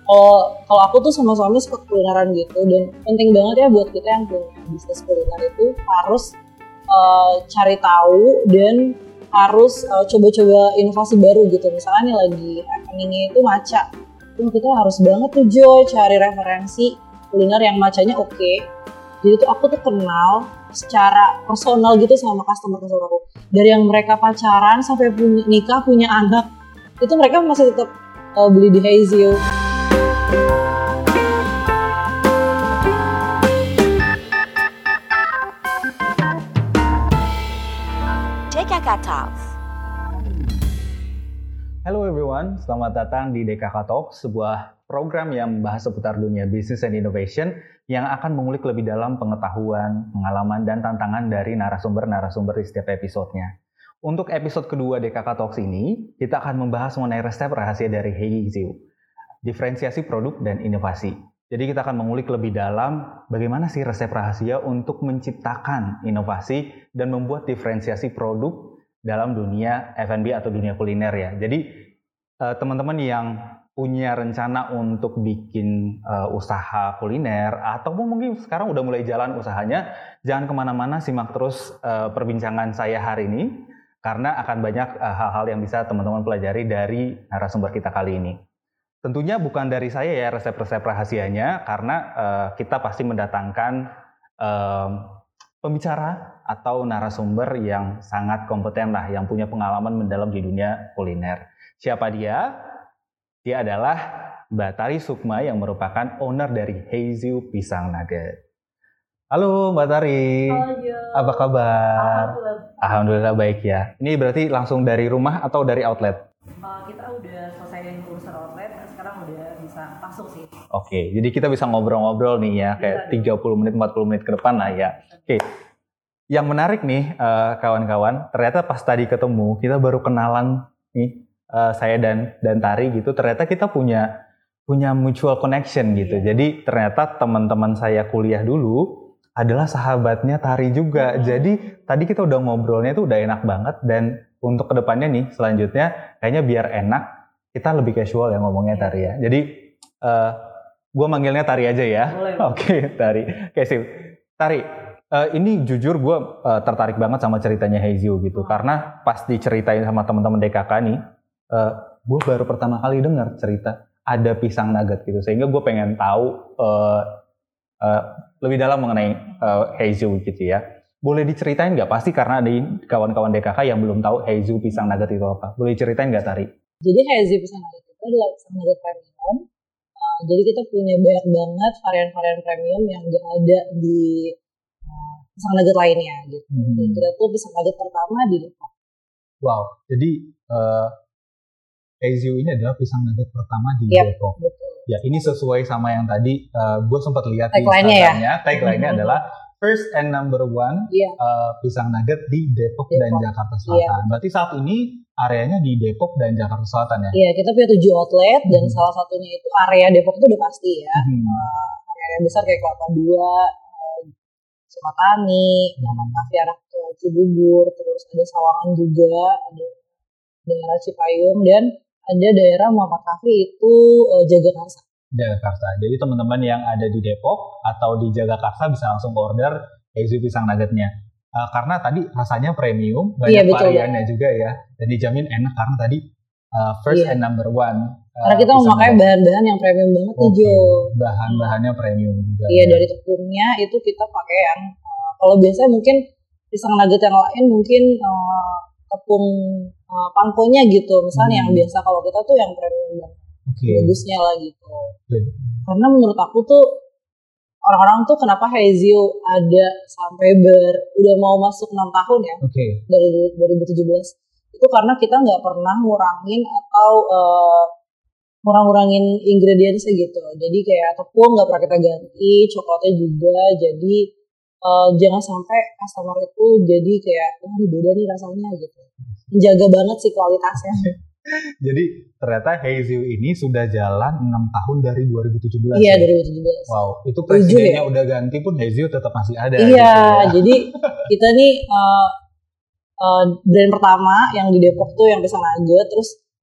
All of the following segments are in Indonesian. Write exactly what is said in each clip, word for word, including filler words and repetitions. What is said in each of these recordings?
Kalau kalau aku tuh sama suami suka kulineran gitu, dan penting banget ya buat kita yang punya bisnis kuliner itu harus uh, cari tahu dan harus uh, coba-coba inovasi baru gitu. Misalnya nih lagi happeningnya itu matcha, tuh kita harus banget tuh Joy cari referensi kuliner yang matchanya oke. Okay. Jadi tuh aku tuh kenal secara personal gitu sama customer-customer aku. Dari yang mereka pacaran sampai punya, nikah punya anak, itu mereka masih tetap uh, beli di Hazyou. D K K Talks. Hello everyone, selamat datang di D K K Talks, sebuah program yang membahas seputar dunia business and innovation yang akan mengulik lebih dalam pengetahuan, pengalaman, dan tantangan dari narasumber-narasumber di setiap episodenya. Untuk episode kedua D K K Talks ini, kita akan membahas mengenai resep rahasia dari Hazyou, diferensiasi produk dan inovasi. Jadi kita akan mengulik lebih dalam bagaimana sih resep rahasia untuk menciptakan inovasi dan membuat diferensiasi produk dalam dunia F and B atau dunia kuliner ya. Jadi uh, teman-teman yang punya rencana untuk bikin uh, usaha kuliner ataupun mungkin sekarang udah mulai jalan usahanya, jangan kemana-mana, simak terus uh, perbincangan saya hari ini karena akan banyak uh, hal-hal yang bisa teman-teman pelajari dari narasumber kita kali ini. Tentunya bukan dari saya ya resep-resep rahasianya, karena uh, kita pasti mendatangkan um, pembicara atau narasumber yang sangat kompeten lah, yang punya pengalaman mendalam di dunia kuliner. Siapa dia? Dia adalah Mbak Tari Sukma yang merupakan owner dari Hazyou Pisang Nugget. Halo Mbak Tari. Halo Jo. Apa kabar? Alhamdulillah. Alhamdulillah baik ya. Ini berarti langsung dari rumah atau dari outlet? Uh, kita udah selesai urusan outlet, sekarang udah bisa masuk sih. Oke, jadi kita bisa ngobrol-ngobrol nih ya, kayak tiga puluh menit, empat puluh menit ke depan lah ya. Oke, yang menarik nih uh, kawan-kawan, ternyata pas tadi ketemu, kita baru kenalan nih, uh, saya dan dan Tari gitu, ternyata kita punya punya mutual connection gitu. Iya. Jadi ternyata teman-teman saya kuliah dulu adalah sahabatnya Tari juga. Hmm. Jadi tadi kita udah ngobrolnya itu udah enak banget, dan untuk kedepannya nih selanjutnya kayaknya biar enak kita lebih casual ya ngomongnya Tari ya. Jadi uh, gue manggilnya Tari aja ya. Oke okay, Tari. Oke okay, sip. Tari, uh, ini jujur gue uh, tertarik banget sama ceritanya Hazyou gitu. Hmm. Karena pas diceritain sama teman-teman D K K nih, uh, gue baru pertama kali dengar cerita ada pisang nugget gitu. Sehingga gue pengen tahu uh, uh, lebih dalam mengenai uh, Hazyou gitu ya. Boleh diceritain nggak? Pasti karena ada kawan-kawan D K K yang belum tahu Hazyou Pisang Nugget itu apa. Boleh diceritain nggak Tari? Jadi Hazyou Pisang Nugget itu adalah pisang nugget premium. Uh, jadi kita punya banyak banget varian-varian premium yang nggak ada di uh, pisang nugget lainnya gitu. Hmm. Jadi kita tuh pisang nugget pertama di Depok. Wow, jadi uh, Hazyou ini adalah pisang nugget pertama di yep, Depok. Betul. Ya, ini sesuai sama yang tadi uh, gue sempat lihat tag di Instagramnya. Ya? Tag lainnya hmm. adalah first and number one yeah. uh, pisang nugget di Depok, Depok dan Jakarta Selatan. Yeah. Berarti saat ini areanya di Depok dan Jakarta Selatan ya? Iya, yeah, kita punya tujuh outlet hmm. dan salah satunya itu area Depok itu udah pasti ya. Hmm. Uh, area besar kayak Kelapa Dua, uh, Sumatani, Muhammad hmm. Kafi arah ke Cibubur, terus ada Sawangan juga, ada daerah Cipayung, dan ada daerah Muhammad Kafi itu uh, Jagakarsa. Jagakarsa. Jadi teman-teman yang ada di Depok atau di Jagakarsa bisa langsung order Hazyou Pisang Nuggetnya. Uh, karena tadi rasanya premium, banyak iya, variannya ya. Juga ya. Dan dijamin enak karena tadi uh, first iya. and number one. Uh, karena kita memakai bahan-bahan yang premium banget nih Jo. Bahan-bahannya premium juga. Iya, ya. Dari tepungnya itu kita pakai yang uh, kalau biasanya mungkin pisang nugget yang lain mungkin uh, tepung uh, pankonya gitu. Misalnya hmm. yang biasa, kalau kita tuh yang premium banget. Okay. Bagusnya lah gitu. Yeah. Karena menurut aku tuh orang-orang tuh kenapa Hazyou ada sampai ber udah mau masuk enam tahun ya. Okay. Dari dua ribu tujuh belas. Itu karena kita nggak pernah ngurangin atau uh, ngurang-ngurangin ingredientsnya gitu. Jadi kayak tepung nggak pernah kita ganti, coklatnya juga. Jadi uh, jangan sampai customer itu jadi kayak wah ini beda nih rasanya gitu. Menjaga banget sih kualitasnya. Jadi ternyata Hazyou ini sudah jalan enam tahun dari dua ribu tujuh belas. Iya, ya? dua ribu tujuh belas. Wow, itu presidennya ya? Udah ganti pun Hazyou tetap masih ada. Iya, gitu ya. Jadi kita nih uh, uh, brand pertama yang di Depok tuh yang pisang nugget, terus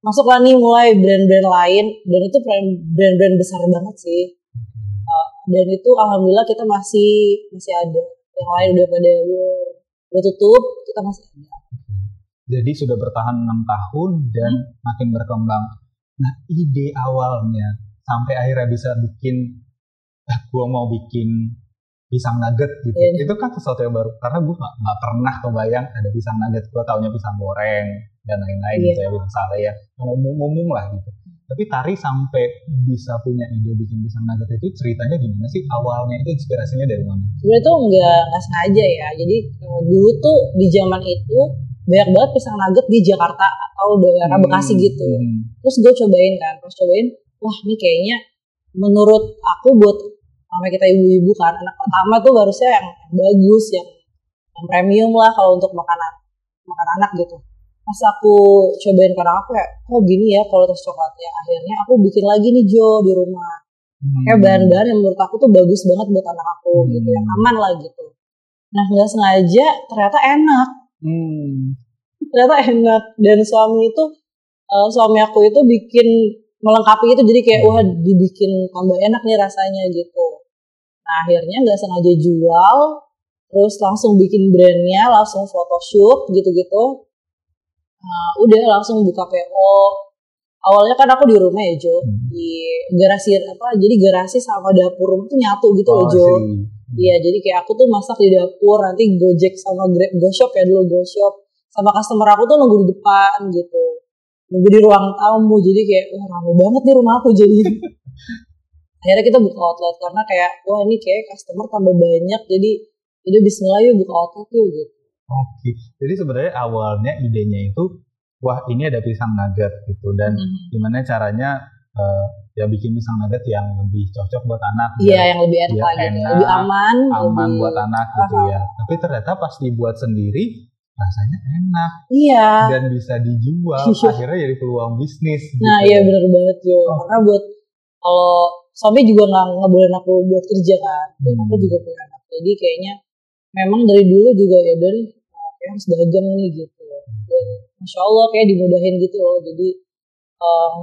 masuklah nih mulai brand-brand lain dan itu brand-brand besar banget sih. Uh, dan itu alhamdulillah kita masih masih ada. Yang lain udah pada udah tutup, kita masih ada. Jadi sudah bertahan enam tahun dan hmm. makin berkembang. Nah, ide awalnya sampai akhirnya bisa bikin, eh, gue mau bikin pisang nugget gitu. Yeah. Itu kan sesuatu yang baru karena gue nggak nggak pernah kebayang ada pisang nugget. Gue taunya pisang goreng dan lain-lain yeah. gitu ya, pisang sale ya, ngomong-ngomong lah gitu. Tapi Tari sampai bisa punya ide bikin pisang nugget itu ceritanya gimana sih? Awalnya itu inspirasinya dari mana? Sebenarnya tuh nggak nggak sengaja ya. Jadi dulu tuh di zaman itu banyak banget pisang nugget di Jakarta atau daerah hmm. Bekasi gitu. Hmm. Terus gue cobain kan, pas cobain, wah ini kayaknya menurut aku buat namanya kita ibu-ibu kan, anak pertama tuh harusnya yang bagus, yang, yang premium lah kalau untuk makanan makan anak gitu. Pas aku cobain karena aku ya, oh gini ya kalau tes coklatnya. Akhirnya aku bikin lagi nih Jo di rumah. Hmm. Kayak bahan-bahan yang menurut aku tuh bagus banget buat anak aku hmm. gitu, yang aman lah gitu. Nah nggak sengaja ternyata enak. Hmm. Ternyata enak dan suami itu uh, suami aku itu bikin melengkapi itu jadi kayak wah dibikin tambah enak nih rasanya gitu. Nah akhirnya nggak sengaja jual, terus langsung bikin brandnya, langsung photoshoot gitu-gitu. Nah udah langsung buka P O. Awalnya kan aku di rumah ya Jo, hmm. di garasi apa? Jadi garasi sama dapur rumah tuh nyatu gitu oh, loh Jo. Iya, hmm. jadi kayak aku tuh masak di dapur, nanti Gojek sama Grab, GoShop ya dulu GoShop. Sama customer aku tuh nunggu di depan gitu. Nunggu di ruang tamu, jadi kayak wah rame banget nih rumah aku jadi. Akhirnya kita buka outlet karena kayak wah ini kayak customer tambah banyak, jadi jadi bismillah yuk buka outlet yuk gitu. Oke, jadi sebenarnya awalnya idenya itu wah ini ada pisang nugget gitu dan hmm. gimana caranya uh, ya bikin pisang nugget yang lebih cocok buat anak. Iya, yang lebih enak lagi, enak, lebih aman, aman lebih... buat anak gitu uh-huh. ya. Tapi ternyata pas dibuat sendiri rasanya enak. Iya. Dan bisa dijual, akhirnya jadi peluang bisnis. Nah gitu. Iya benar banget Jo, oh. karena buat kalau suami juga nggak ngebolehin aku buat kerja kan, dan hmm. aku juga punya anak, jadi kayaknya memang dari dulu juga ya udah deh, kayak harus dagang nih gitu. Dan masya Allah kayak dimudahin gitu loh, jadi um,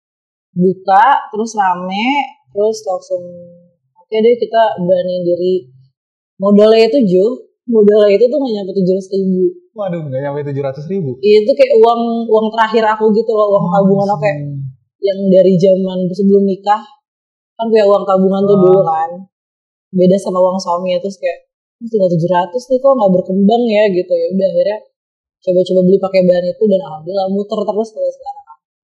buka terus rame, terus langsung oke okay deh kita beraniin diri. Modalnya itu Jo, modalnya itu tuh nggak nyampe tujuh ratus ribu. Waduh, nggak nyampe tujuh ratus ribu? Itu kayak uang uang terakhir aku gitu loh, uang oh, tabungan aku kayak yang dari zaman sebelum nikah kan kayak uang tabungan oh. tuh dulu kan, beda sama uang suami ya, terus kayak tinggal tujuh ratus nih kok nggak berkembang ya gitu. Ya udah akhirnya coba-coba beli pakai bahan itu dan alhamdulillah muter terus sampai sekarang.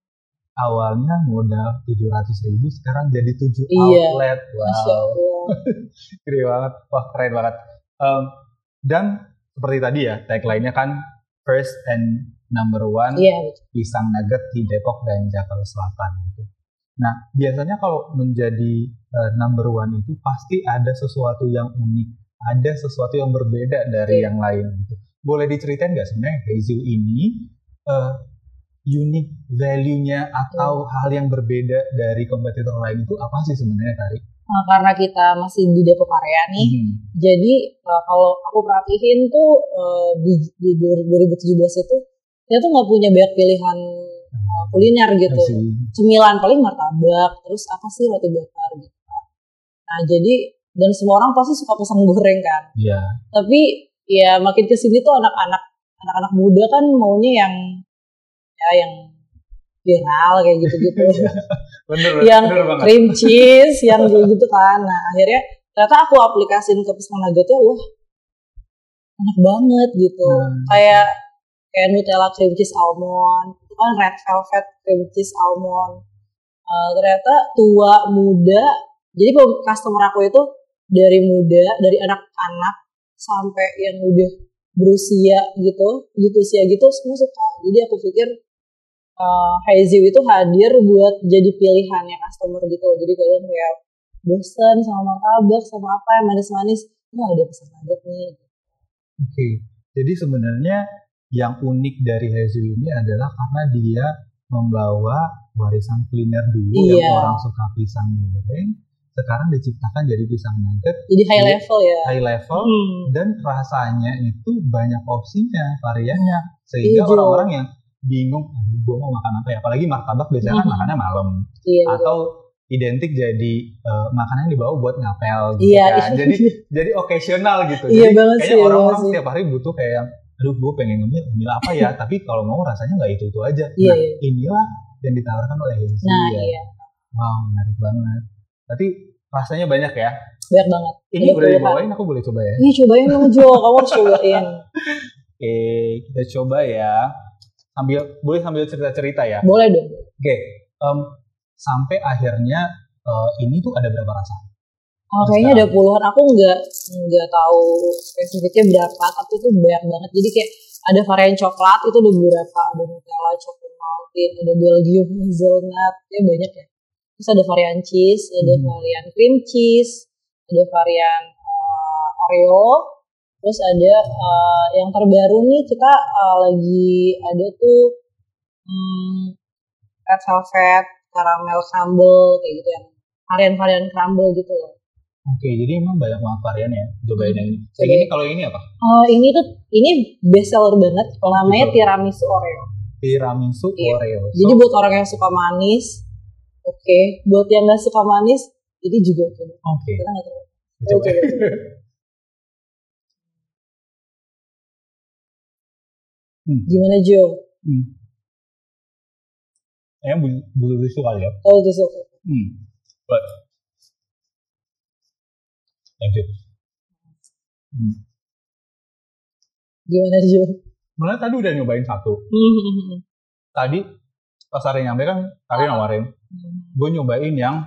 Awalnya modal tujuh ratus ribu, sekarang jadi tujuh iya. outlet. Wow. Masya Allah. Keren banget, wah keren banget. Um, dan seperti tadi ya, tagline-nya kan first and number one yeah, pisang nugget di Depok dan Jakarta Selatan gitu. Nah, biasanya kalau menjadi uh, number one itu pasti ada sesuatu yang unik, ada sesuatu yang berbeda dari yeah. yang lain gitu. Boleh diceritain nggak sebenarnya Haezu ini uh, unique value-nya atau yeah. hal yang berbeda dari kompetitor lain itu apa sih sebenarnya Tari? Nah, karena kita masih di Depok area nih, hmm. jadi uh, kalau aku perhatiin tuh uh, di, di dua ribu tujuh belas itu kita tuh nggak punya banyak pilihan uh, kuliner gitu, cemilan paling martabak, terus apa sih roti bakar gitu. Nah jadi dan semua orang pasti suka pisang goreng kan, yeah. tapi ya makin kesini tuh anak-anak anak-anak muda kan maunya yang ya yang viral kayak gitu-gitu. Bener, yang bener banget. Cream cheese, yang kayak gitu kan. Nah akhirnya ternyata aku aplikasiin ke pisang nuggetnya, wah enak banget gitu. Hmm. Kayak kayak Nutella cream cheese almond, itu kan red velvet cream cheese almond. Uh, ternyata tua, muda, jadi customer aku itu dari muda, dari anak-anak sampai yang udah berusia gitu, gitu usia gitu semua suka. Jadi aku pikir Uh, Haezu itu hadir buat jadi pilihannya customer gitu. Jadi kadang kayak bosan sama martabak sama apa yang manis-manis, wah ada pisang nugget nih. Oke, okay. Jadi sebenarnya yang unik dari Haezu ini adalah karena dia membawa warisan kuliner dulu iya. yang orang suka pisang goreng, sekarang diciptakan jadi pisang nugget. Jadi high jadi level ya. High level hmm. dan rasanya itu banyak opsinya, variannya, sehingga iya, orang-orang yang bingung, aduh gue mau makan apa ya, apalagi martabak biasanya kan Mhm. makannya malam, Iya, atau identik jadi uh, makanan yang dibawa buat ngapel gitu Iya, kan, iya. jadi jadi occasional gitu, Iya jadi banget sih, kayaknya iya orang-orang banget sih. setiap hari butuh kayak yang, aduh gue pengen ngemil, ngemil apa ya, tapi kalau mau rasanya nggak itu itu aja. Iya, Nah iya. inilah yang ditawarkan oleh Hazy Nah, ya. iya. Wow, menarik banget. Berarti rasanya banyak ya. Banyak banget. Ini Ada udah puluhan. dibawain, aku boleh coba ya? Ih, cobain dong Jo, kamu harus cobain. Oke, kita coba ya. Sambil boleh sambil cerita-cerita ya. Boleh dong. Oke, um, sampai akhirnya uh, ini tuh ada berapa rasa? Oh, kayaknya ada puluhan. Aku nggak nggak tahu spesifiknya berapa, tapi itu banyak banget. Jadi kayak ada varian coklat itu ada beberapa, ada Nutella, coklat maltin, ada Belgium hazelnut, ya banyak ya. Terus ada varian cheese, ada Hmm. varian cream cheese, ada varian uh, Oreo, terus ada uh, yang terbaru nih kita uh, lagi ada tuh hmm, red velvet, caramel crumble kayak gitu, yang varian-varian crumble gitu loh. Oke, jadi emang banyak banget varian ya. Cobain Hmm, yang ini. Kayak cobain. gini, kalau ini apa? Oh, ini tuh ini best seller banget. Oh, Namanya gitu. tiramisu Oreo. Tiramisu Iya. Oreo. Jadi So, buat orang yang suka manis, oke. Buat yang nggak suka manis, ini juga oke. oke. Kita nggak tahu. Coba. Coba, coba. Hmm. Gimana Jo? Hmm. Kayaknya bulu, bulu susu kali ya. Oh, itu oke. Hmm. But, thank you. Hmm. Gimana Jo? Sebenarnya tadi udah nyobain satu. Hmm. Tadi pas hari nyampe kan, tadi nawarin. Gue nyobain yang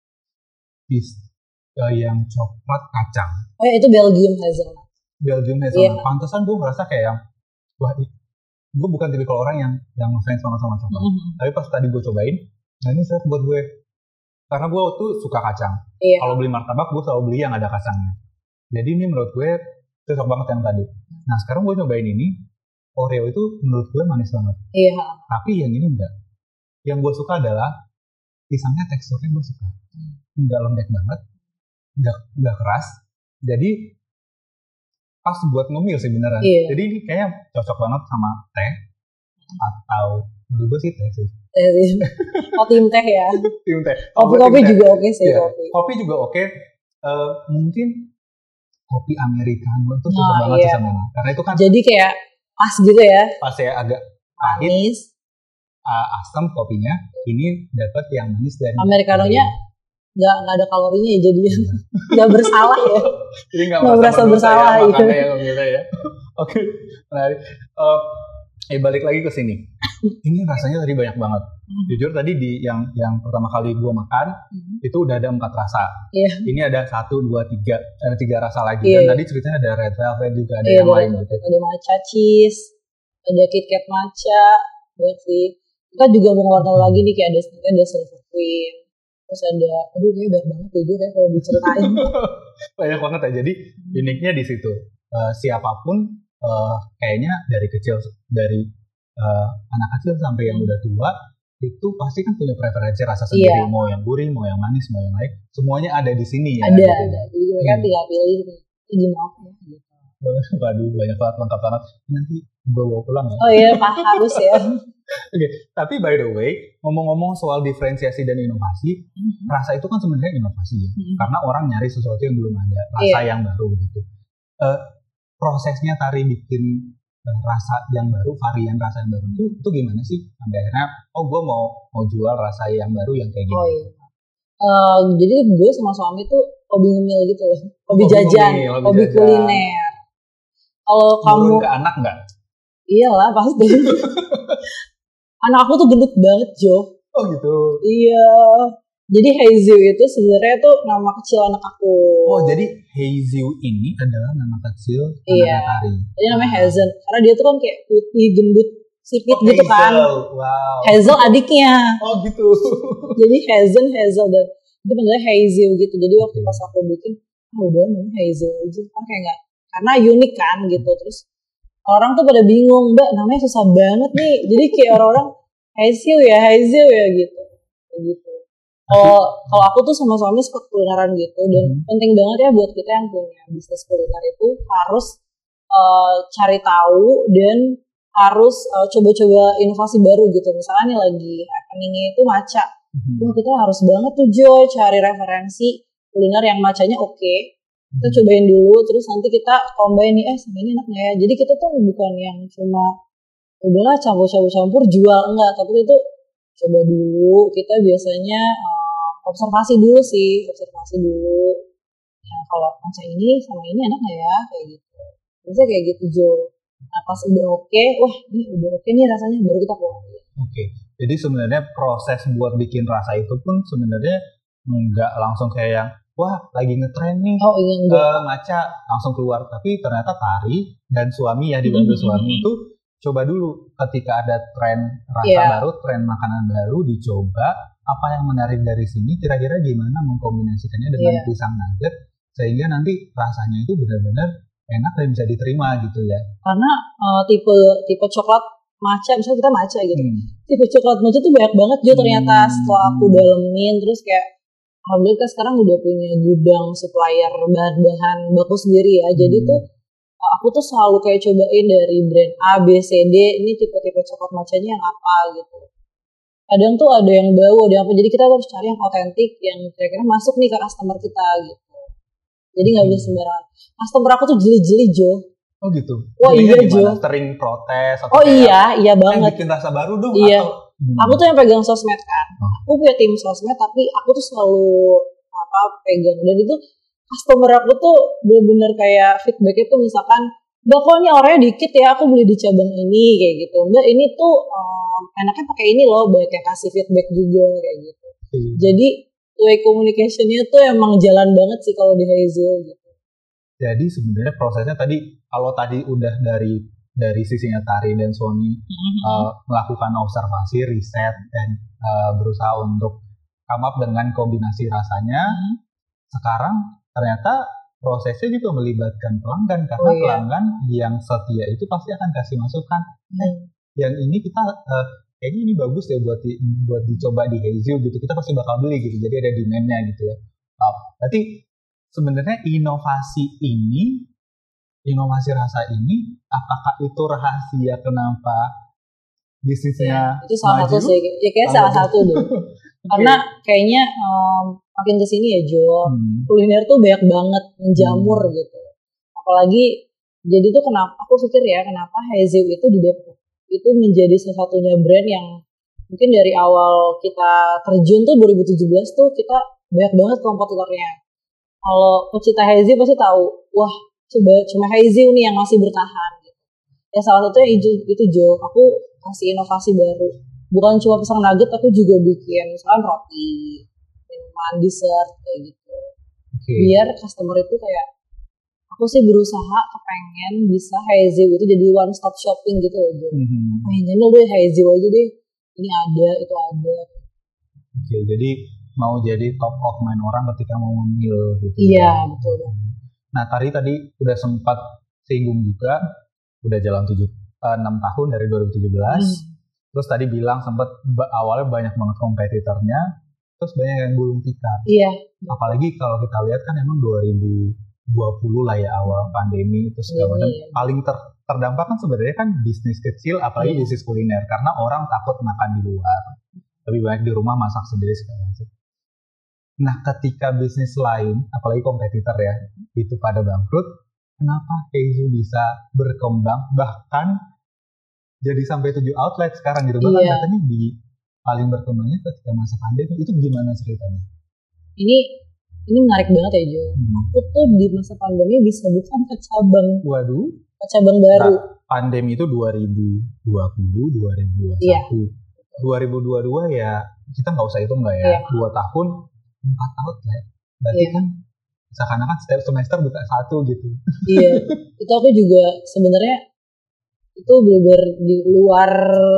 bis, eh, yang coklat kacang. Oh ya, itu Belgium hazelnut. Belgium hazelnut. Iya. Pantesan gue ngerasa kayak yang, wah, gue bukan tipikal orang yang yang ngefans banget sama coklat. Mhm. Tapi pas tadi gue cobain, nah ini sesuai buat gue. Karena gue tuh suka kacang. Iya. Kalau beli martabak, gue selalu beli yang ada kacangnya. Jadi ini menurut gue cocok banget yang tadi. Nah sekarang gue nyobain ini, Oreo itu menurut gue manis banget. Iya. Tapi yang ini enggak. Yang gue suka adalah pisangnya teksturnya gue suka. Enggak lembek banget, enggak, enggak keras. Jadi pas buat ngemil sih beneran. Iya. Jadi ini kayaknya cocok banget sama teh. Atau menurut gue sih teh sih. Eh, sih. Oh, tim teh ya. Tim teh. Kopi-kopi Tim teh. juga oke sih, Iya. kopi. Kopi juga oke. Eh, mungkin kopi americano itu cocok Nah, banget iya. sih sama ini. Karena itu kan Jadi kayak pas gitu ya, pas ya agak pahit, manis. uh, asam kopinya. Ini dapat yang manis dan Americanonya nggak nggak ada kalorinya ya, jadi nggak bersalah ya. jadi nggak nggak merasa bersalah, ya, iya. makannya ya ngemilnya ya. Oke, menarik. Uh, eh balik lagi ke sini. Ini rasanya tadi banyak banget. Jujur tadi di yang yang pertama kali gue makan Hmm. itu udah ada empat rasa. Iya. Ini ada satu, dua, tiga, ada tiga rasa lagi. Iya. Dan tadi ceritanya ada red velvet juga, ada Iya, yang lain ada, gitu. ada matcha cheese, ada KitKat matcha, banyak sih. Kita juga mau ngeluarin lagi nih, kayak ada ada silver cream, terus ada, aduh kayak banyak banget ya, kayak kalau diceritain. Banyak banget ya. Jadi uniknya di situ. Uh, siapapun uh, kayaknya dari kecil, dari uh, anak kecil sampai yang udah tua, itu pasti kan punya preferensi rasa sendiri. Iya. Mau yang gurih, mau yang manis, mau yang lain. Semuanya ada di sini ya. ada, gitu. ada. Jadi mereka Hmm. tinggal pilih nih, ini gimana ya gitu. Waduh, banyak banget, lengkap banget. Nanti gue bawa pulang ya. Oh iya, Pak, harus ya. Oke, tapi by the way, ngomong-ngomong soal diferensiasi dan inovasi, rasa itu kan sebenarnya inovasi ya. Mhm. Karena orang nyari sesuatu yang belum ada, rasa Iya. yang baru gitu. Eh, prosesnya Tari bikin eh, rasa yang baru, varian rasa yang baru itu, itu gimana sih? Sampai akhirnya, oh gue mau mau jual rasa yang baru yang kayak gini. Oh iya. Eh, jadi gue sama suami tuh hobi ngemil gitu loh, hobi Hobi jajan, ngemil, hobi hobi jajan. kuliner. Kalau kamu, Turun ke anak nggak? iyalah pasti. Anak aku tuh gendut banget Jo. Oh gitu. Iya. Jadi Heizu itu sebenarnya tuh nama kecil anak aku. Oh jadi Heizu ini adalah nama kecil Iya. anak Tari. Jadi namanya Hazen. Karena dia tuh kan kayak putih, gendut, sipit Oh, gitu kan. Hazel. Wow. Hazel adiknya. Oh gitu. Jadi Hazen, Hazel dan itu panggilnya Heizu gitu. Jadi waktu pas aku bikin, ah udah namanya Heizu aja. Kan kayak nggak, karena unik kan gitu. Terus orang tuh pada bingung, Mbak namanya susah banget nih. Jadi kayak orang-orang Heizu ya, Heizu ya gitu. Kayak gitu. Kalau kalau aku tuh sama suami suka kulineran gitu, dan Hmm. penting banget ya buat kita yang punya bisnis kuliner itu harus uh, cari tahu dan harus uh, coba-coba inovasi baru gitu. Misalnya nih lagi happeningnya itu matcha. Mhm. Wah kita harus banget tuh Jo cari referensi kuliner yang matchanya oke. Okay. Kita cobain dulu, terus nanti kita combine nih, eh sama ini enak nggak ya? Jadi kita tuh bukan yang cuma udahlah campur-campur-campur jual, enggak. Tapi itu coba dulu, kita biasanya uh, observasi dulu sih, observasi dulu. Ya kalau matcha ini sama ini enak nggak ya? Kayak gitu. Biasanya kayak gitu Jo. Nah pas udah oke, okay, wah ini udah oke okay nih rasanya, baru kita keluarin. Oke, okay. Jadi sebenarnya proses buat bikin rasa itu pun sebenarnya nggak langsung kayak yang wah lagi ngetren nih, oh, iya, uh, matcha langsung keluar. Tapi ternyata Tari dan suami ya dibantu mm-hmm. suami itu coba dulu ketika ada tren rasa yeah. baru, tren makanan baru dicoba. Apa yang menarik dari sini? Kira-kira gimana mengkombinasikannya dengan yeah. pisang nugget sehingga nanti rasanya itu benar-benar enak dan bisa diterima gitu ya. Karena uh, tipe tipe coklat matcha, misalnya kita matcha gitu. Hmm. Tipe coklat matcha tuh banyak banget Jo ternyata hmm. setelah aku dalemin terus kayak alhamdulillah kita sekarang udah punya gudang supplier bahan-bahan baku sendiri ya. Hmm. Jadi tuh aku tuh selalu kayak cobain dari brand A, B, C, D. Ini tipe-tipe coklat matchanya yang apa gitu. Kadang tuh ada yang bau, ada yang apa. Jadi kita harus cari yang otentik, yang kira-kira masuk nih ke customer kita gitu. Jadi nggak hmm. bisa sembarangan. Customer aku tuh jeli-jeli Jo. Oh gitu. Wah iya Jo. Sering protes atau oh iya, iya banget. Bikin rasa baru dong iya. atau Hmm. Aku tuh yang pegang sosmed kan, oh. aku punya tim sosmed tapi aku tuh selalu apa pegang dan itu customer aku tuh bener-bener kayak feedbacknya tuh misalkan, mbak kok ini orangnya dikit ya, aku beli di cabang ini kayak gitu, mbak ini tuh um, enaknya pakai ini loh, banyak yang kasih feedback juga kayak gitu. Hmm. Jadi way communication-nya tuh emang jalan banget sih kalau di Hazel gitu. Jadi sebenarnya prosesnya tadi kalau tadi udah dari dari sisinya Tari dan suami mm-hmm. uh, melakukan observasi, riset, dan uh, berusaha untuk come up dengan kombinasi rasanya. Mm-hmm. Sekarang ternyata prosesnya juga melibatkan pelanggan karena oh, iya. pelanggan yang setia itu pasti akan kasih masukan. Mm-hmm. Eh, yang ini kita uh, kayaknya ini bagus ya buat di, buat dicoba di Hazel gitu. Kita pasti bakal beli gitu. Jadi ada demand-nya gitu ya. Uh, berarti sebenarnya inovasi ini Inovasi rasa ini, apakah itu rahasia kenapa bisnisnya ya, itu salah maju? Satu sih, ya kayaknya salah satu deh. Okay. Karena kayaknya um, makin kesini ya Jo, hmm. kuliner tuh banyak banget menjamur hmm. gitu. Apalagi, jadi tuh kenapa, aku pikir ya kenapa Hazel itu di Depok itu menjadi salah satunya brand yang mungkin dari awal kita terjun tuh dua ribu tujuh belas tuh kita banyak banget kompetitornya. Kalau pecinta Hazel pasti tahu, wah coba cuma Hazel nih yang masih bertahan gitu. Ya salah satunya itu, itu Jo, aku kasih inovasi baru. Bukan cuma pisang nugget, aku juga bikin misalkan roti, minuman, dessert kayak gitu. Okay. Biar customer itu kayak, aku sih berusaha kepengen bisa Hazel itu jadi one stop shopping gitu loh Jo. Mm-hmm. Pengen nyendel deh Hazel aja deh, ini ada, itu ada. Oke, okay, jadi mau jadi top of mind orang ketika mau ngemil gitu. Iya, betul. Nah, Tari tadi udah sempat singgung juga, udah jalan tujuh, enam tahun dari dua ribu tujuh belas. Hmm. Terus tadi bilang sempat awalnya banyak banget kompetitornya, terus banyak yang gulung tikar. Iya. Apalagi kalau kita lihat kan emang dua ribu dua puluh lah ya awal pandemi, terus segala macam. Iya. Paling ter, terdampak kan sebenarnya kan bisnis kecil, apalagi iya. bisnis kuliner. Karena orang takut makan di luar. Lebih banyak di rumah masak sendiri segala macam. Nah, ketika bisnis lain, apalagi kompetitor ya, itu pada bangkrut, kenapa Hazel bisa berkembang, bahkan jadi sampai tujuh outlet sekarang gitu. Bahkan iya. katanya di paling berkembangnya ketika masa pandemi, itu gimana ceritanya? Ini ini menarik banget ya Jo. Hmm. Aku tuh di masa pandemi bisa buka empat cabang. Waduh. empat cabang baru. Nah, pandemi itu dua ribu dua puluh, dua ribu dua puluh satu. Iya. dua ribu dua puluh dua ya, kita nggak usah hitung nggak ya, iya. dua tahun, empat outlet, berarti yeah. kan seakan-akan setiap semester buka satu gitu. Iya, itu aku juga sebenarnya itu benar-benar di luar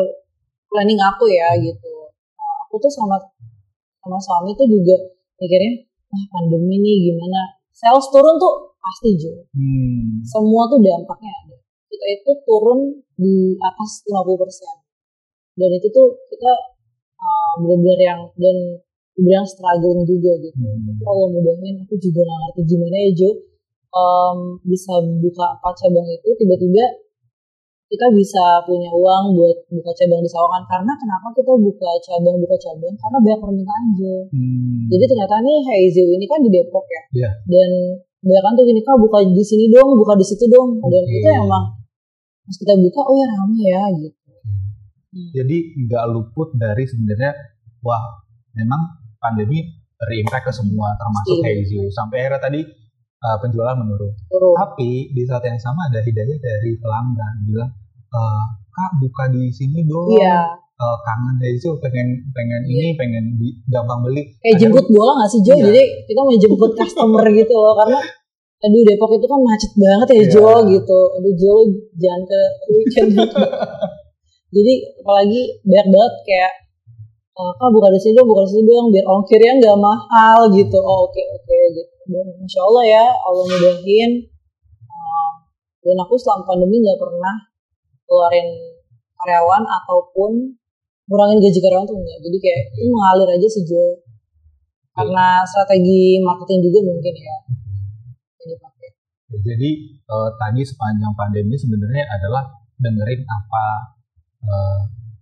planning aku ya gitu. Aku tuh sama sama suami tuh juga mikirnya, wah pandemi nih gimana? Sales turun tuh pasti Jo. Hmm. Semua tuh dampaknya ada. Kita itu turun di atas lima puluh persen. Dan itu tuh kita uh, benar-benar yang dan bilang struggling juga gitu. Hmm. Kalau mudahin aku juga nggak ngerti gimana ya Jo um, bisa buka empat cabang itu tiba-tiba kita bisa punya uang buat buka cabang di Sawangan. Karena kenapa kita buka cabang buka cabang? Karena banyak permintaan Jo. Hmm. Jadi ternyata nih Heizu ini kan di Depok ya. Yeah. Dan banyak kan tuh gini, Kak buka di sini dong, buka di situ dong. Okay. Dan itu emang pas kita buka, oh ya rame ya gitu. Hmm. Jadi nggak luput dari sebenarnya, wah memang pandemi berimpact ke semua, termasuk Heizu. Sampai akhirnya tadi uh, penjualan menurun. Turun. Tapi di saat yang sama ada hidayah dari pelanggan bilang, uh, Kak buka di sini dong. Iya. Uh, kangen Heizu, pengen pengen iya. ini, pengen di, gampang beli. Kayak ada jemput bola nggak sih Jo? Iya. Jadi kita mau jemput customer gitu loh, karena aduh Depok itu kan macet banget ya Jo yeah. gitu. Aduh Jo jangan ke weekend gitu. Jadi apalagi banyak banget kayak Kak buka di sini dong, buka di sini dong biar ongkirnya nggak mahal gitu. Oh oke okay, oke okay, gitu. Dan Masya Allah ya, Allah mudahin. Um, dan aku selama pandemi nggak pernah keluarin karyawan ataupun ngurangin gaji karyawan tuh enggak. Jadi kayak itu mengalir aja sih Jo. Karena strategi marketing juga mungkin ya. Jadi pakai. Jadi uh, tadi sepanjang pandemi sebenarnya adalah dengerin apa uh,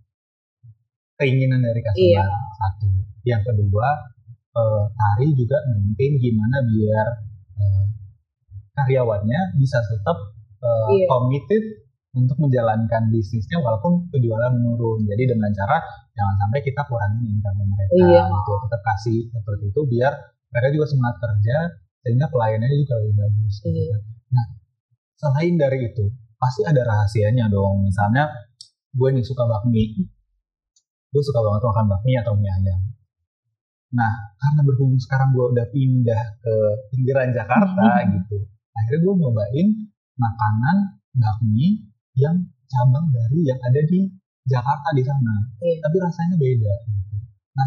keinginan dari customer. Iya. Satu. Yang kedua, uh, Tari juga maintain gimana biar uh, karyawannya bisa tetap uh, iya. committed untuk menjalankan bisnisnya walaupun penjualan menurun. Jadi dengan cara jangan sampai kita kurangin income mereka. Iya. Gitu. Tetap kasih seperti itu biar mereka juga semangat kerja sehingga pelayanannya juga lebih bagus. Iya. Gitu. Nah, selain dari itu pasti ada rahasianya dong. Misalnya gue nih suka bakmi. Gue suka banget makan bakmi atau mie ayam. Nah, karena berhubung sekarang gue udah pindah ke pinggiran Jakarta mm-hmm. gitu, akhirnya gue nyobain makanan bakmi yang cabang dari yang ada di Jakarta di sana. Yeah. Tapi rasanya beda. Gitu. Nah,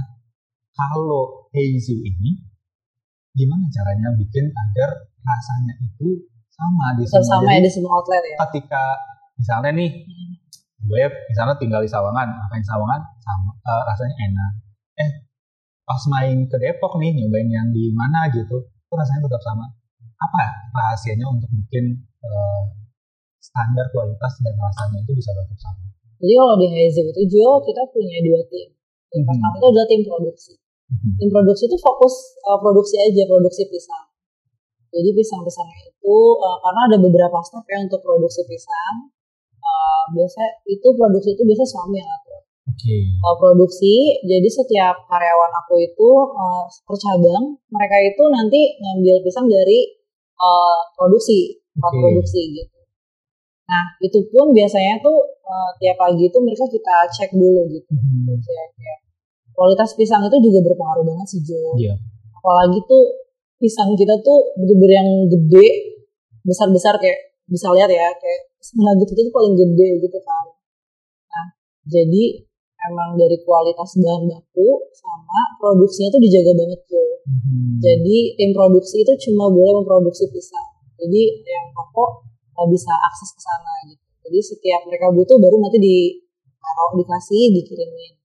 kalau Heizu ini, gimana caranya bikin agar rasanya itu sama di semua, sama ya di semua outlet ya? Ketika misalnya nih, mm-hmm. gue misalnya tinggal di Sawangan, makan di Sawangan sama uh, rasanya enak. Eh pas main ke Depok nih nyobain yang di mana gitu, itu rasanya tetap sama. Apa rahasianya untuk bikin uh, standar kualitas dan rasanya itu bisa tetap sama? Jadi kalau di Heizu itu Jo kita punya dua tim. Yang pertama mm-hmm. itu adalah tim produksi. Mm-hmm. Tim produksi itu fokus uh, produksi aja, produksi pisang. Jadi pisang-pisangnya itu uh, karena ada beberapa step ya untuk produksi pisang. Uh, biasa itu produksi itu biasa suami yang atur. Oke. Okay. Uh, produksi, jadi setiap karyawan aku itu uh, per cabang, mereka itu nanti ngambil pisang dari uh, produksi, tempat okay. produksi gitu. Nah itu pun biasanya tuh uh, tiap pagi itu mereka kita cek dulu gitu, hmm. cek ya. Kualitas pisang itu juga berpengaruh banget sih Jo. Yeah. Apalagi tuh pisang kita tuh bener-bener yang gede, besar-besar kayak bisa lihat ya kayak nugget itu tuh paling gede gitu kan. Nah, jadi emang dari kualitas bahan baku sama produksinya tuh dijaga banget Jo. Hmm. Jadi tim produksi itu cuma boleh memproduksi pisang. Jadi yang toko nggak bisa akses ke sana gitu. Jadi setiap mereka butuh baru nanti ditaruh, dikasih, dikirimin.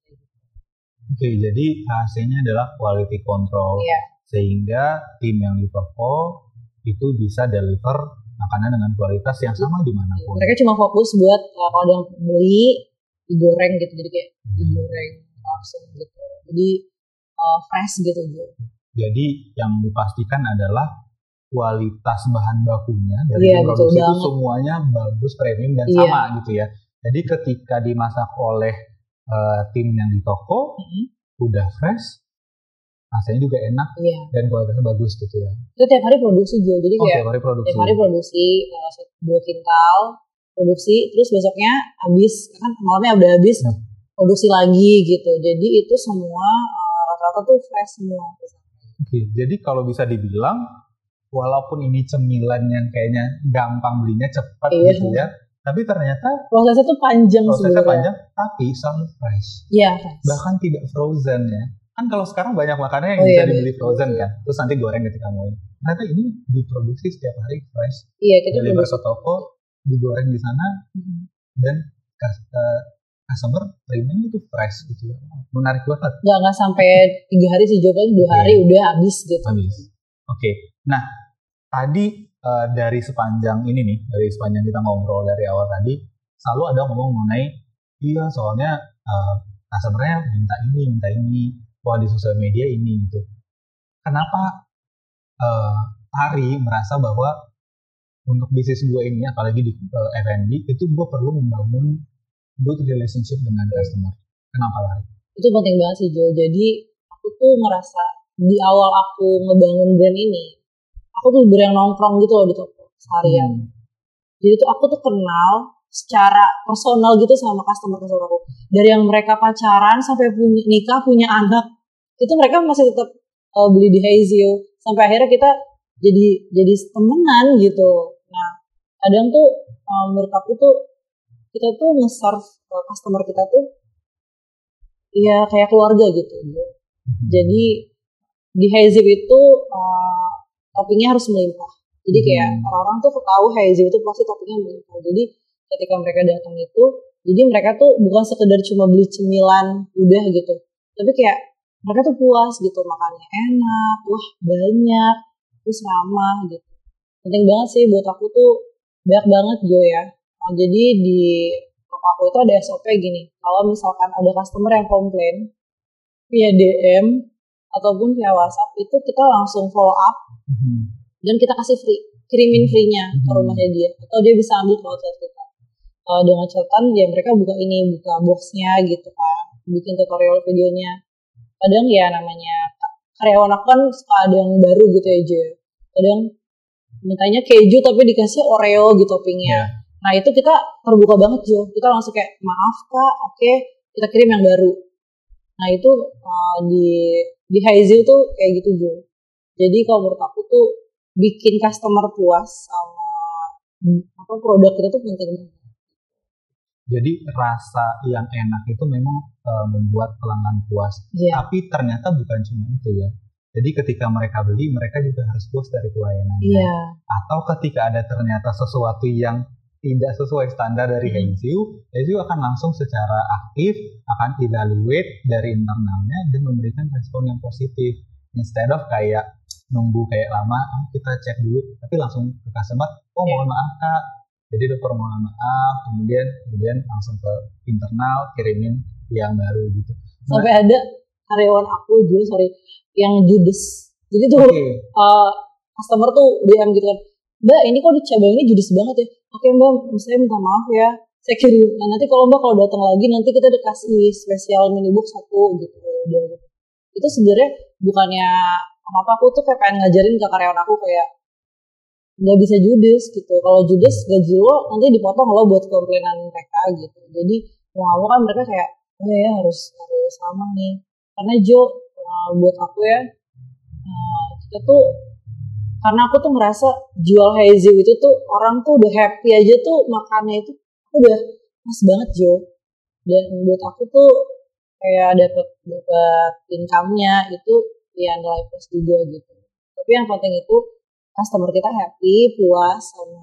Oke, jadi hasilnya adalah quality control. Iya. Sehingga tim yang di toko itu bisa deliver makanan dengan kualitas yang sama dimanapun. Mereka cuma fokus buat uh, kalau ada yang beli digoreng gitu, jadi kayak hmm. digoreng langsung gitu. Jadi uh, fresh gitu Jo. Jadi yang dipastikan adalah kualitas bahan bakunya dari iya, produksi itu banget. Semuanya bagus, premium dan iya. sama gitu ya. Jadi ketika dimasak oleh uh, tim yang di toko mm-hmm. udah fresh, rasanya juga enak iya. dan kualitasnya bagus gitu ya. Itu tiap hari produksi Jo, jadi oh, kayak tiap hari produksi. Tiap hari produksi uh, dua kintal produksi, terus besoknya habis kan malamnya udah habis hmm. produksi lagi gitu. Jadi itu semua uh, rata-rata tuh fresh semua. Oke, jadi kalau bisa dibilang walaupun ini cemilan yang kayaknya gampang belinya cepat iya. gitu ya, tapi ternyata prosesnya tuh panjang prosesnya sebenernya. panjang tapi selalu fresh. Iya, fresh. Bahkan tidak frozen ya. Kan kalau sekarang banyak makanan yang oh, bisa iya, dibeli iya. frozen kan, terus nanti goreng ketika mau. Ternyata ini diproduksi setiap hari fresh. Iya, kita deliver ke toko, digoreng di sana, mm-hmm. dan uh, customer terimanya itu fresh gitu ya. Menarik banget. Nggak nggak sampai tiga hari sih Jo, paling dua hari yeah. udah habis gitu. Habis. Oke. Okay. Nah, tadi uh, dari sepanjang ini nih, dari sepanjang kita ngobrol dari awal tadi, selalu ada ngomong mengenai iya soalnya uh, customer-nya minta ini, minta ini, wah di sosial media ini gitu. Kenapa uh, Ari merasa bahwa untuk bisnis gue ini, apalagi di uh, F and B, itu gue perlu membangun good relationship dengan customer. Kenapa Lari? Itu penting banget sih Jo. Jadi aku tuh ngerasa di awal aku ngebangun brand ini, aku tuh bener yang nongkrong gitu loh di toko seharian. Hmm. Jadi tuh aku tuh kenal secara personal gitu sama customer-customer aku. Dari yang mereka pacaran sampai punya nikah, punya anak, itu mereka masih tetap uh, beli di Haizio. Sampai akhirnya kita jadi jadi temenan gitu. Nah, kadang tuh uh, menurut aku tuh kita tuh nge-serve uh, customer kita tuh ya kayak keluarga gitu. Jadi di Haizio itu uh, toppingnya harus melimpah. Jadi kayak hmm. orang-orang tuh tahu Haizio itu pasti toppingnya melimpah. Jadi ketika mereka datang itu, jadi mereka tuh bukan sekedar cuma beli cemilan udah gitu, tapi kayak mereka tuh puas gitu, makannya enak, wah banyak, terus ramah gitu. Penting banget sih buat aku tuh, banyak banget Jo ya. Nah, jadi di toko aku itu ada S O P gini, kalau misalkan ada customer yang komplain via D M ataupun via WhatsApp, itu kita langsung follow up mm-hmm. dan kita kasih free, kirimin free-nya mm-hmm. ke rumahnya dia, atau dia bisa ambil ke outlet kita. Uh, dengan catatan ya mereka buka ini, buka boxnya gitu kan, bikin tutorial videonya. Kadang ya namanya karyawan aku kan suka ada yang baru gitu aja. Kadang mintanya keju tapi dikasih Oreo gitu toppingnya. Yeah. Nah itu kita terbuka banget Jo. Kita langsung kayak maaf kak, oke okay, kita kirim yang baru. Nah itu uh, di di Haizio tuh kayak gitu Jo. Jadi kalau menurut aku tuh bikin customer puas sama apa produk kita tuh penting banget. Jadi rasa yang enak itu memang uh, membuat pelanggan puas. Yeah. Tapi ternyata bukan cuma itu ya. Jadi ketika mereka beli, mereka juga harus puas dari pelayanannya. Yeah. Atau ketika ada ternyata sesuatu yang tidak sesuai standar dari Haizio, Haizio akan langsung secara aktif akan evaluate dari internalnya dan memberikan respon yang positif. Instead of kayak nunggu kayak lama, oh, kita cek dulu, tapi langsung ke customer, oh mohon yeah. maaf kak. Jadi udah permohonan maaf, kemudian kemudian langsung ke internal kirimin yang baru gitu. Nah, sampai ada karyawan aku juga sorry yang judes. Jadi tuh okay. uh, customer tuh D M gitu kan, Mbak ini kok cabang ini judes banget ya. Oke Mbak, saya minta maaf ya. Saya kirim. Nah, nanti kalau Mbak kalau datang lagi nanti kita dikasih spesial mini box satu gitu. Udah gitu. Itu sebenarnya bukannya apa-apa, aku tuh kayak pengen ngajarin ke karyawan aku kayak nggak bisa judes gitu. Kalau judes gaji lo nanti dipotong lo buat komplainan mereka gitu. Jadi mau nggak mau kan mereka kayak oh ya harus harus sama nih. Karena Jo uh, buat aku ya uh, kita tuh karena aku tuh ngerasa jual Haizio itu tuh orang tuh udah happy aja tuh makannya itu udah pas banget Jo. Dan buat aku tuh kayak dapat dapat income-nya itu ya nilai plus juga gitu. Tapi yang penting itu customer kita happy, puas sama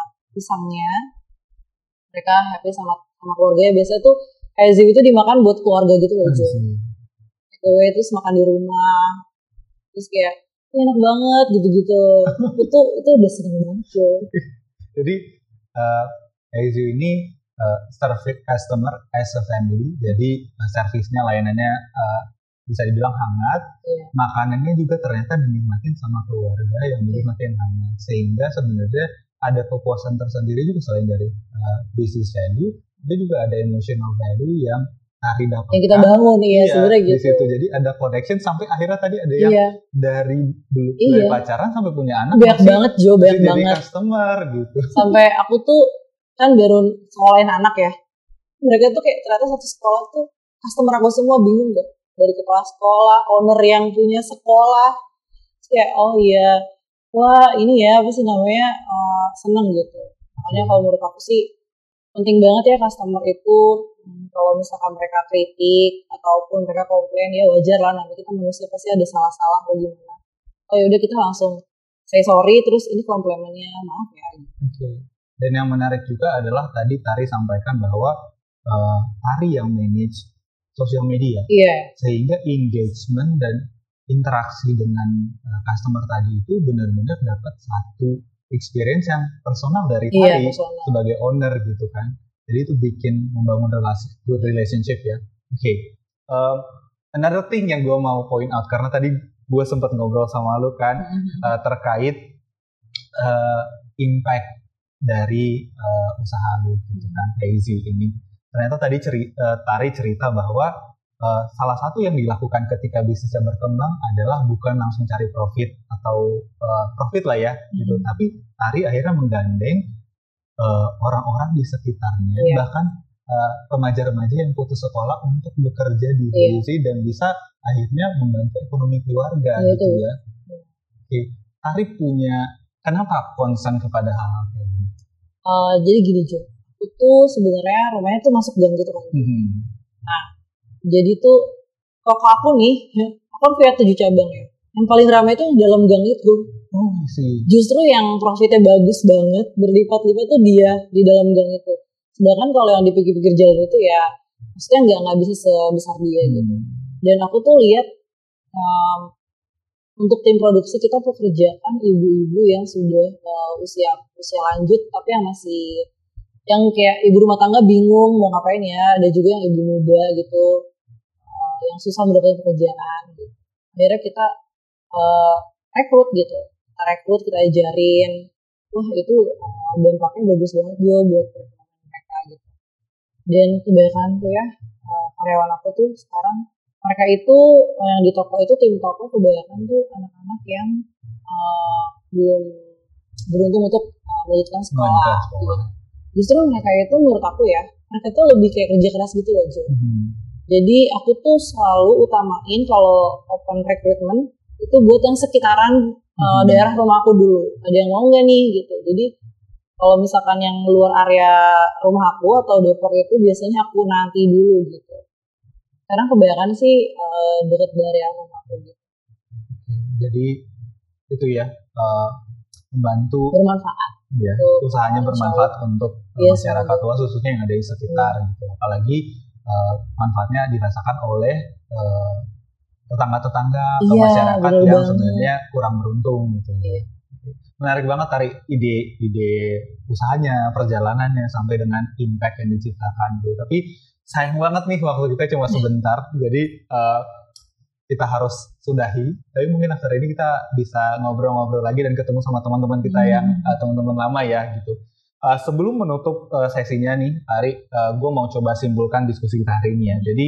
pisangnya. Mereka happy sama sama keluarganya. Biasanya tuh Haizio itu dimakan buat keluarga gitu loh, Jo. Takeaway terus makan di rumah. Terus kayak enak banget gitu-gitu. itu itu udah seneng banget, Jo. Jadi uh, Haizio ini uh, serve customer as a family. Jadi uh, servisnya, layanannya uh, bisa dibilang hangat, yeah. Makanannya juga ternyata dinikmatin sama keluarga yang dinikmatin yeah. hangat, sehingga sebenarnya ada kepuasan tersendiri juga selain dari uh, business value, tapi juga ada emotional value yang Ari dapatkan. Yang kita bangun ya, iya, sebenarnya gitu. Di situ jadi ada connection sampai akhirnya tadi ada yang yeah. dari dulu iya. dari pacaran sampai punya anak. Banyak banget Jo, banyak jadi banget. Customer gitu. Sampai aku tuh kan baru sekolahin anak ya, mereka tuh kayak ternyata satu sekolah tuh customer aku semua bingung gak? Dari kepala sekolah, owner yang punya sekolah, kayak oh iya, wah ini ya apa sih namanya uh, seneng gitu. Makanya kalau menurut aku sih penting banget ya customer itu, hmm, kalau misalkan mereka kritik ataupun mereka komplain ya wajar lah, nanti kita manusia pasti ada salah-salah atau gimana. Oh ya udah kita langsung say sorry, terus ini komplaimennya maaf ya. Gitu. Oke. Okay. Dan yang menarik juga adalah tadi Tari sampaikan bahwa uh, Tari yang manage sosial media, yeah. sehingga engagement dan interaksi dengan uh, customer tadi itu benar-benar dapat satu experience yang personal dari Tari yeah, sebagai owner gitu kan. Jadi itu bikin membangun relasi, good relationship ya. Oke. Okay. Um, another thing yang gue mau point out, karena tadi gue sempat ngobrol sama lu kan mm-hmm. uh, terkait uh, impact dari uh, usaha lu gitu kan, Hazy ini. Ternyata tadi ceri, uh, Tari cerita bahwa uh, salah satu yang dilakukan ketika bisnisnya berkembang adalah bukan langsung cari profit atau uh, profit lah ya mm-hmm. gitu, tapi Tari akhirnya menggandeng Uh, orang-orang di sekitarnya, yeah. bahkan uh, remaja-remaja yang putus sekolah untuk bekerja di yeah. Hazy dan bisa akhirnya membantu ekonomi keluarga yeah, gitu ya. Oke, okay. Tari punya kenapa concern kepada hal-hal kayak gini? Uh, jadi gini Jo, itu sebenarnya rumahnya tuh masuk gang gitu kan. Mm-hmm. Nah, jadi tuh toko aku nih, aku kan punya tujuh cabang ya. Yang paling ramai itu dalam gang itu. Oh, sih. Justru yang profitnya bagus banget, berlipat-lipat tuh dia di dalam gang itu. Sedangkan kalau yang di pinggir-pinggir jalan itu ya, maksudnya nggak nggak bisa sebesar dia hmm. gitu. Dan aku tuh lihat um, untuk tim produksi kita pekerjaan ibu-ibu yang sudah uh, usia usia lanjut, tapi yang masih yang kayak ibu rumah tangga bingung mau ngapain ya. Ada juga yang ibu muda gitu, uh, yang susah mendapatkan pekerjaan. Gitu. Akhirnya kita uh, rekrut gitu. Kita rekrut, kita ajarin, wah itu uh, dampaknya bagus banget juga buat perekonomian mereka gitu. Dan kebanyakan tuh ya uh, karyawan aku tuh sekarang mereka itu uh, yang di toko itu tim toko kebanyakan tuh anak-anak yang uh, belum beruntung untuk uh, melanjutkan sekolah. Gitu. Justru mereka itu menurut aku ya, mereka tuh lebih kayak kerja keras gitu loh Jo. Mm-hmm. Jadi aku tuh selalu utamain kalau open recruitment itu buat yang sekitaran uh, hmm. daerah rumah aku dulu. Ada yang mau nggak nih gitu. Jadi kalau misalkan yang luar area rumah aku atau Depok itu biasanya aku nanti dulu gitu. Karena kebanyakan sih uh, deket dari rumah aku gitu. Jadi itu ya uh, membantu bermanfaat. Ya, usahanya bermanfaat untuk uh, yes, masyarakat luas khususnya yang ada di sekitar yeah. gitu. Apalagi uh, manfaatnya dirasakan oleh uh, tetangga-tetangga atau yeah, masyarakat yang sebenarnya kurang beruntung gitu ya. Menarik banget Tari ide-ide usahanya, perjalanannya sampai dengan impact yang diciptakan gitu. Tapi sayang banget nih waktu kita cuma sebentar, jadi uh, kita harus sudahi. Tapi mungkin after ini kita bisa ngobrol-ngobrol lagi dan ketemu sama teman-teman kita hmm. yang uh, teman-teman lama ya gitu. Uh, sebelum menutup uh, sesinya nih, Tari, uh, gue mau coba simpulkan diskusi kita hari ini ya. Jadi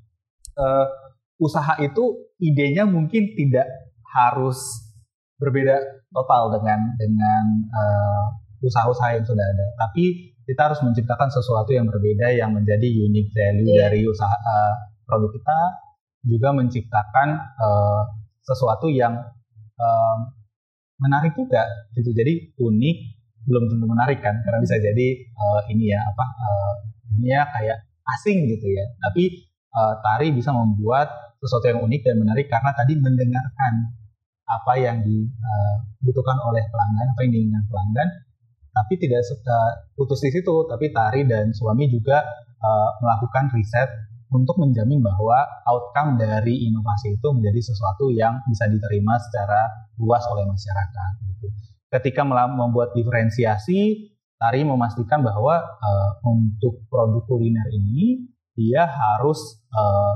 uh, usaha itu idenya mungkin tidak harus berbeda total dengan dengan uh, usaha-usaha yang sudah ada, tapi kita harus menciptakan sesuatu yang berbeda yang menjadi unique value yeah. dari usaha uh, produk kita, juga menciptakan uh, sesuatu yang uh, menarik juga gitu. Jadi unik belum tentu menarik kan, karena bisa jadi uh, ini ya apa uh, ini ya kayak asing gitu ya, tapi uh, Tari bisa membuat sesuatu yang unik dan menarik karena tadi mendengarkan apa yang dibutuhkan uh, oleh pelanggan, apa yang diinginkan pelanggan, tapi tidak uh, putus di situ, tapi Tari dan suami juga uh, melakukan riset untuk menjamin bahwa outcome dari inovasi itu menjadi sesuatu yang bisa diterima secara luas oleh masyarakat. Gitu. Ketika membuat diferensiasi, Tari memastikan bahwa uh, untuk produk kuliner ini dia harus uh,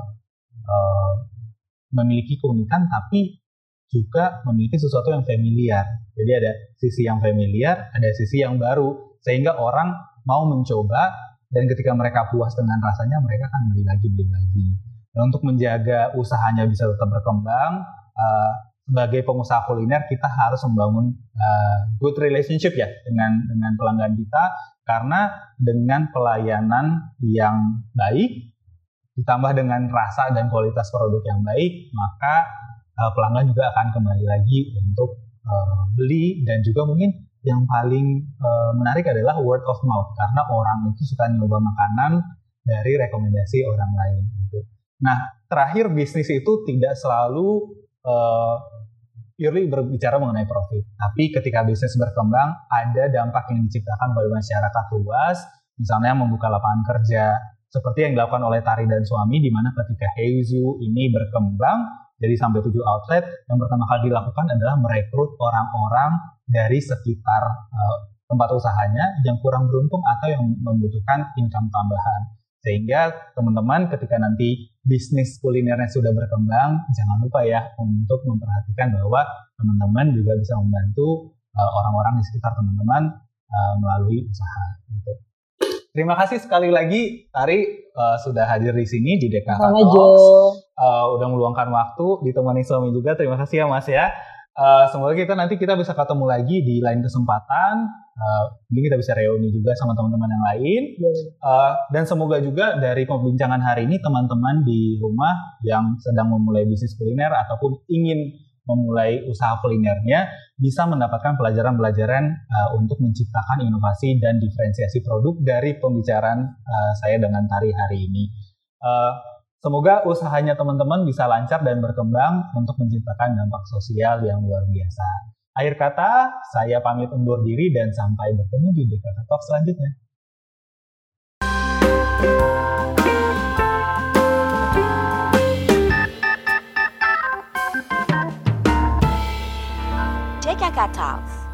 uh, memiliki keunikan, tapi juga memiliki sesuatu yang familiar. Jadi ada sisi yang familiar, ada sisi yang baru, sehingga orang mau mencoba, dan ketika mereka puas dengan rasanya, mereka akan beli lagi, beli lagi. Dan untuk menjaga usahanya bisa tetap berkembang, uh, sebagai pengusaha kuliner kita harus membangun uh, good relationship ya dengan dengan pelanggan kita, karena dengan pelayanan yang baik, ditambah dengan rasa dan kualitas produk yang baik, maka uh, pelanggan juga akan kembali lagi untuk uh, beli. Dan juga mungkin yang paling uh, menarik adalah word of mouth, karena orang itu suka nyoba makanan dari rekomendasi orang lain gitu. Nah, terakhir, bisnis itu tidak selalu uh, purely berbicara mengenai profit, tapi ketika bisnis berkembang ada dampak yang diciptakan pada masyarakat luas, misalnya membuka lapangan kerja, seperti yang dilakukan oleh Tari dan suami, di mana ketika Hazy ini berkembang jadi sampai tujuh outlet, yang pertama kali dilakukan adalah merekrut orang-orang dari sekitar uh, tempat usahanya yang kurang beruntung atau yang membutuhkan income tambahan. Sehingga teman-teman ketika nanti bisnis kulinernya sudah berkembang, jangan lupa ya untuk memperhatikan bahwa teman-teman juga bisa membantu uh, orang-orang di sekitar teman-teman uh, melalui usaha. Gitu. Terima kasih sekali lagi Tari uh, sudah hadir di sini di D K K Talks. Uh, udah meluangkan waktu ditemani suami juga. Terima kasih ya Mas ya. Uh, semoga kita nanti kita bisa ketemu lagi di lain kesempatan. Uh, mungkin kita bisa reuni juga sama teman-teman yang lain. Uh, dan semoga juga dari pembincangan hari ini teman-teman di rumah yang sedang memulai bisnis kuliner ataupun ingin memulai usaha kulinernya bisa mendapatkan pelajaran-pelajaran uh, untuk menciptakan inovasi dan diferensiasi produk dari pembicaraan uh, saya dengan Tari hari ini. Uh, semoga usahanya teman-teman bisa lancar dan berkembang untuk menciptakan dampak sosial yang luar biasa. Akhir kata, saya pamit undur diri dan sampai bertemu di D K K Talk selanjutnya. D K K Talks.